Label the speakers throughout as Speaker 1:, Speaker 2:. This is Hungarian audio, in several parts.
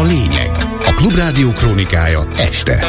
Speaker 1: lényeg. A Klubrádió krónikája este.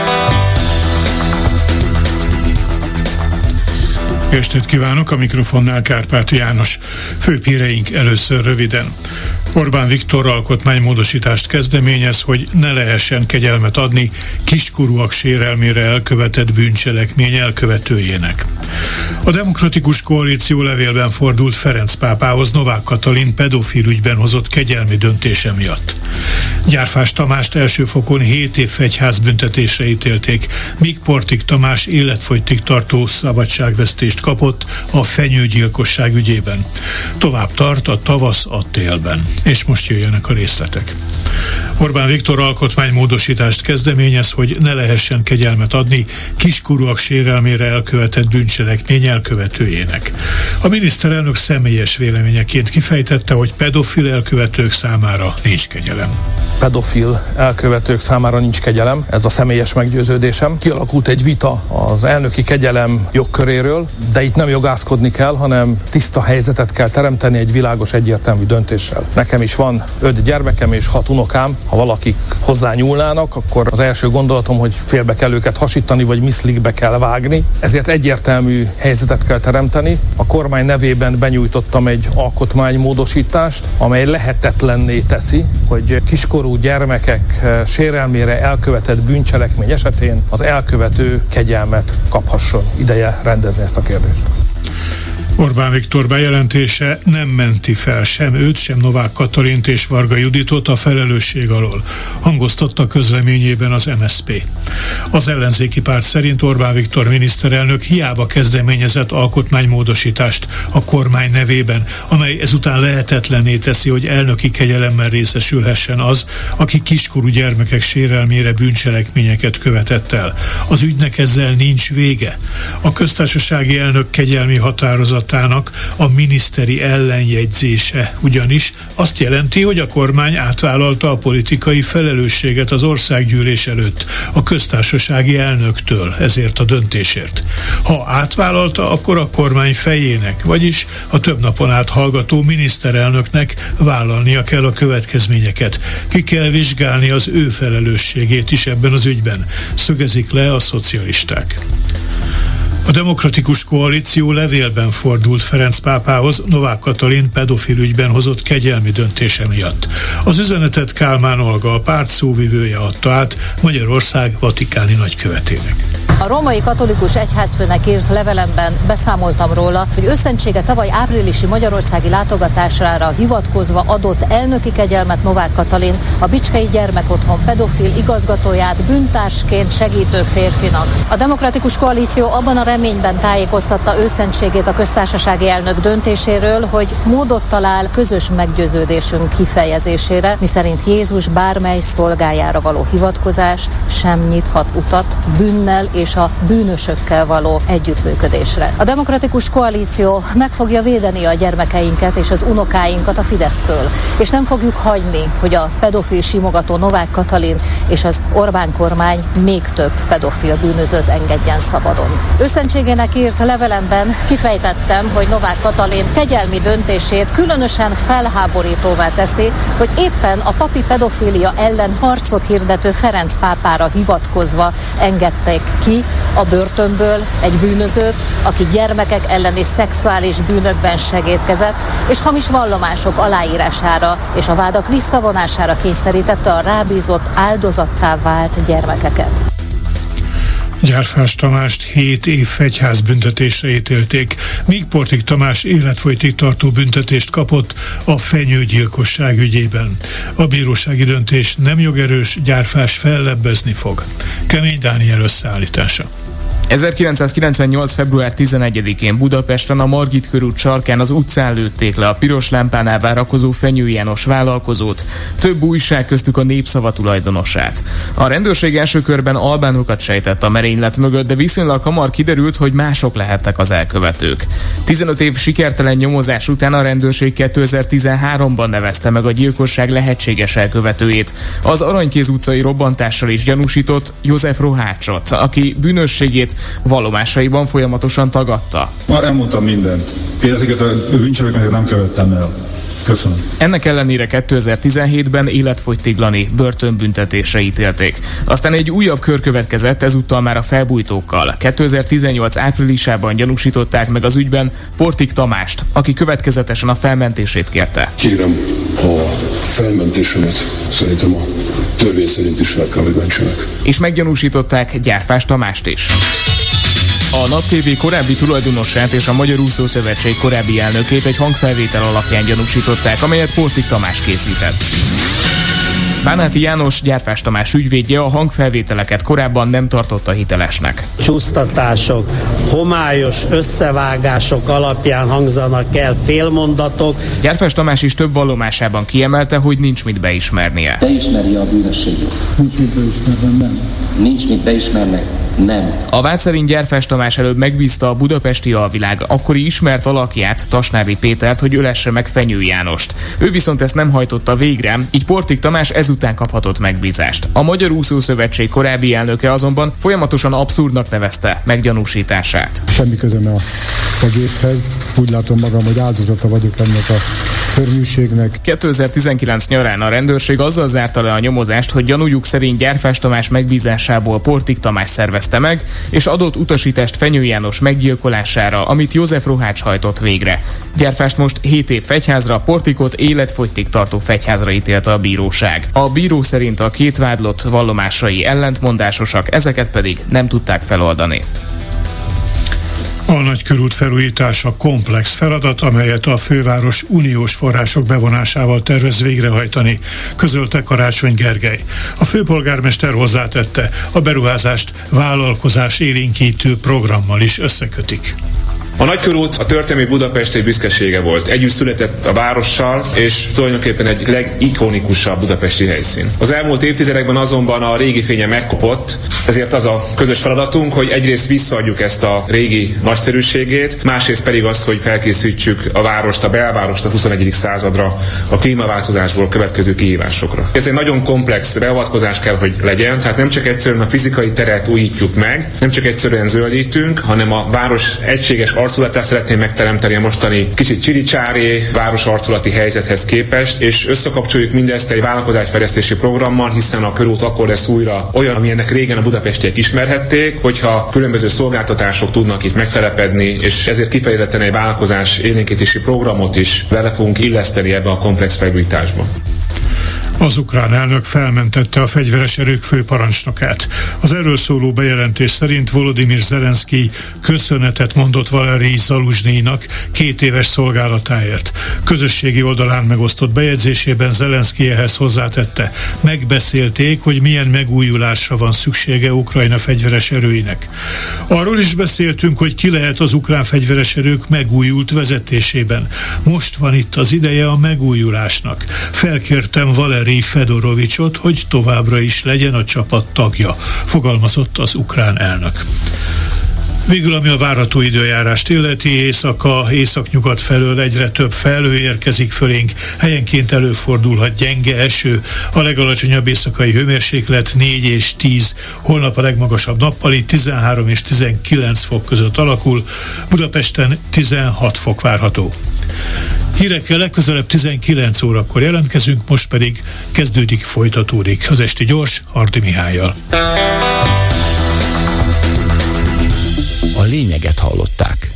Speaker 2: Estét kívánok, a mikrofonnál Kárpáti János. Főbb híreink először röviden. Orbán Viktor alkotmánymódosítást kezdeményez, hogy ne lehessen kegyelmet adni kiskorúak sérelmére elkövetett bűncselekmény elkövetőjének. A Demokratikus Koalíció levélben fordult Ferenc pápához Novák Katalin pedofil ügyben hozott kegyelmi döntése miatt. Gyárfás Tamást első fokon 7 év fegyházbüntetésre ítélték, míg Portik Tamás életfogytig tartó szabadságvesztést kapott a fenyőgyilkosság ügyében. Tovább tart a tavasz a télben. És most jöjjenek a részletek. Orbán Viktor alkotmánymódosítást kezdeményez, hogy ne lehessen kegyelmet adni kiskorúak sérelmére elkövetett bűncselekmény elkövetőjének. A miniszterelnök személyes véleményeként kifejtette, hogy pedofil elkövetők számára nincs kegyelem.
Speaker 3: Pedofil elkövetők számára nincs kegyelem, ez a személyes meggyőződésem. Kialakult egy vita az elnöki kegyelem jogköréről, de itt nem jogászkodni kell, hanem tiszta helyzetet kell teremteni egy világos, egyértelmű döntéssel. Nekem is van 5 gyermekem és 6 unokám. Ha valakik hozzányúlnának, akkor az első gondolatom, hogy félbe kell őket hasítani, vagy miszlikbe kell vágni. Ezért egyértelmű helyzetet kell teremteni. A kormány nevében benyújtottam egy alkotmánymódosítást, amely lehetetlenné teszi, hogy kiskorú gyermekek sérelmére elkövetett bűncselekmény esetén az elkövető kegyelmet kaphasson. Ideje rendezni ezt a kérdést.
Speaker 2: Orbán Viktor bejelentése nem menti fel sem őt, sem Novák Katalint és Varga Juditot a felelősség alól, hangoztatta közleményében az MSZP. Az ellenzéki párt szerint Orbán Viktor miniszterelnök hiába kezdeményezett alkotmánymódosítást a kormány nevében, amely ezután lehetetlenné teszi, hogy elnöki kegyelemmel részesülhessen az, aki kiskorú gyermekek sérelmére bűncselekményeket követett el. Az ügynek ezzel nincs vége. A köztársasági elnök kegyelmi határozatának a miniszteri ellenjegyzése ugyanis azt jelenti, hogy a kormány átvállalta a politikai felelősséget az országgyűlés előtt, a köztársasági elnöktől ezért a döntésért. Ha átvállalta, akkor a kormány fejének, vagyis a több napon át hallgató miniszterelnöknek vállalnia kell a következményeket. Ki kell vizsgálni az ő felelősségét is ebben az ügyben, szögezik le a szocialisták. A Demokratikus Koalíció levélben fordult Ferenc pápához Novák Katalin pedofil ügyben hozott kegyelmi döntése miatt. Az üzenetet Kálmán Olga, a párt szóvivője adta át Magyarország vatikáni nagykövetének.
Speaker 4: A római katolikus egyházfőnek írt levelemben beszámoltam róla, hogy őszentsége tavaly áprilisi magyarországi látogatására hivatkozva adott elnöki kegyelmet Novák Katalin, a Bicskei Gyermekotthon pedofil igazgatóját bűntársként segítő férfinak. A Demokratikus Koalíció abban a reményben tájékoztatta őszentségét a köztársasági elnök döntéséről, hogy módot talál közös meggyőződésünk kifejezésére, miszerint Jézus bármely szolgájára való hivatkozás sem nyithat utat bűnnel és a bűnösökkel való együttműködésre. A Demokratikus Koalíció meg fogja védeni a gyermekeinket és az unokáinkat a Fidesztől, és nem fogjuk hagyni, hogy a pedofil simogató Novák Katalin és az Orbán kormány még több pedofil bűnözőt engedjen szabadon. Őszentségének írt levelemben kifejtettem, hogy Novák Katalin kegyelmi döntését különösen felháborítóvá teszi, hogy éppen a papi pedofília ellen harcot hirdető Ferenc pápára hivatkozva engedték ki a börtönből egy bűnözőt, aki gyermekek elleni szexuális bűnökben segédkezett, és hamis vallomások aláírására és a vádak visszavonására kényszerítette a rábízott áldozattá vált gyermekeket.
Speaker 2: Gyárfás Tamást 7 év fegyházbüntetésre ítélték, míg Portik Tamás életfogytig tartó büntetést kapott a fenyőgyilkosság ügyében. A bírósági döntés nem jogerős, Gyárfás fellebbezni fog. Kemény Dániel összeállítása.
Speaker 5: 1998. február 11-én Budapesten a Margit körút sarkán az utcán lőtték le a piros lámpánál várakozó Fenyő János vállalkozót, több újság köztük a Népszava tulajdonosát. A rendőrség első körben albánokat sejtett a merénylet mögött, de viszonylag hamar kiderült, hogy mások lehettek az elkövetők. 15 év sikertelen nyomozás után a rendőrség 2013-ban nevezte meg a gyilkosság lehetséges elkövetőjét, az Aranykéz utcai robbantással is gyanúsított József Rohácsot, aki bűnösségét vallomásaiban folyamatosan tagadta.
Speaker 6: Már elmondtam mindent. Én ezeket a bűncselekményeket nem követtem el. Köszönöm.
Speaker 5: Ennek ellenére 2017-ben életfogytiglani börtönbüntetésre ítélték. Aztán egy újabb kör következett, ezúttal már a felbújtókkal. 2018 áprilisában gyanúsították meg az ügyben Portik Tamást, aki következetesen a felmentését kérte.
Speaker 7: Kérem a felmentésemet, szerintem a törvény szerint is fel kell, hogy mentsenek.
Speaker 5: És meggyanúsították Gyárfás Tamást is. A Nap TV korábbi tulajdonosát és a Magyar Úszó Szövetség korábbi elnökét egy hangfelvétel alapján gyanúsították, amelyet Portik Tamás készített. Bánáti János, Gyárfás Tamás ügyvédje a hangfelvételeket korábban nem tartotta hitelesnek.
Speaker 8: Csúsztatások, homályos összevágások alapján hangzanak el félmondatok.
Speaker 5: Gyárfás Tamás is több vallomásában kiemelte, hogy nincs mit beismernie.
Speaker 9: Beismerje a bűnösséget.
Speaker 6: Nincs mit beismernem, nem.
Speaker 9: Nincs mit beismernek. Nem.
Speaker 5: A vád szerint Gyárfás Tamás előbb megbízta a budapesti alvilág akkori ismert alakját, Tasnádi Pétert, hogy ölesse meg Fenyő Jánost. Ő viszont ezt nem hajtotta végre, így Portik Tamás ezután kaphatott megbízást. A Magyar Úszó Szövetség korábbi elnöke azonban folyamatosan abszurdnak nevezte meggyanúsítását.
Speaker 6: Semmi közöm az egészhez. Úgy látom magam, hogy áldozata vagyok ennek a szörnyűségnek.
Speaker 5: 2019 nyarán a rendőrség azzal zárta le a nyomozást, hogy gyanújuk szerint Gyárfás Tamás megbízásából Portik Tamás szervezte meg, és adott utasítást Fenyő János meggyilkolására, amit József Rohács hajtott végre. Gyárfást most 7 év fegyházra, Portikot életfogytig tartó fegyházra ítélte a bíróság. A bíró szerint a két vádlott vallomásai ellentmondásosak, ezeket pedig nem tudták feloldani.
Speaker 2: A Nagykörút felújítása komplex feladat, amelyet a főváros uniós források bevonásával tervez végrehajtani, közölte Karácsony Gergely. A főpolgármester hozzátette, a beruházást vállalkozás élénkítő programmal is összekötik.
Speaker 10: A Nagykörút a történelmi Budapest egy büszkesége volt. Együtt született a várossal, és tulajdonképpen egy legikonikusabb budapesti helyszín. Az elmúlt évtizedekben azonban a régi fénye megkopott, ezért az a közös feladatunk, hogy egyrészt visszaadjuk ezt a régi nagyszerűségét, másrészt pedig az, hogy felkészítsük a várost, a belvárost a 21. századra, a klímaváltozásból következő kihívásokra. Ez egy nagyon komplex beavatkozás kell, hogy legyen, tehát nem csak egyszerűen a fizikai teret újítjuk meg, nem csak egyszerűen zöldítünk, hanem a város egységes arculatát szeretném megteremteni a mostani kicsit csiricsári város arculati helyzethez képest, és összekapcsoljuk mindezt egy vállalkozásfejlesztési programmal, hiszen a körút akkor lesz újra olyan, amilyennek régen a budapestiek ismerhették, hogyha különböző szolgáltatások tudnak itt megtelepedni, és ezért kifejezetten egy vállalkozás élénkítési programot is vele fogunk illeszteni ebbe a komplex felújításba.
Speaker 2: Az ukrán elnök felmentette a fegyveres erők főparancsnokát. Az erről szóló bejelentés szerint Volodymyr Zelenszkij köszönetet mondott Valerij Zaluzsnyijnak 2 éves szolgálatáért. Közösségi oldalán megosztott bejegyzésében Zelenszkij ehhez hozzátette. Megbeszélték, hogy milyen megújulásra van szüksége Ukrajna fegyveres erőinek. Arról is beszéltünk, hogy ki lehet az ukrán fegyveres erők megújult vezetésében. Most van itt az ideje a megújulásnak. Felkértem Valerij Fedorovicsot, hogy továbbra is legyen a csapat tagja, fogalmazott az ukrán elnök. Végül, ami a várható időjárást illeti, északnyugat felől egyre több felhő érkezik fölénk, helyenként előfordulhat gyenge eső, a legalacsonyabb éjszakai hőmérséklet 4 és 10, holnap a legmagasabb nappali 13 és 19 fok között alakul, Budapesten 16 fok várható. Hírekkel legközelebb 19 órakor jelentkezünk, most pedig folytatódik az Esti Gyors Hardy Mihállyal.
Speaker 1: A lényeget hallották.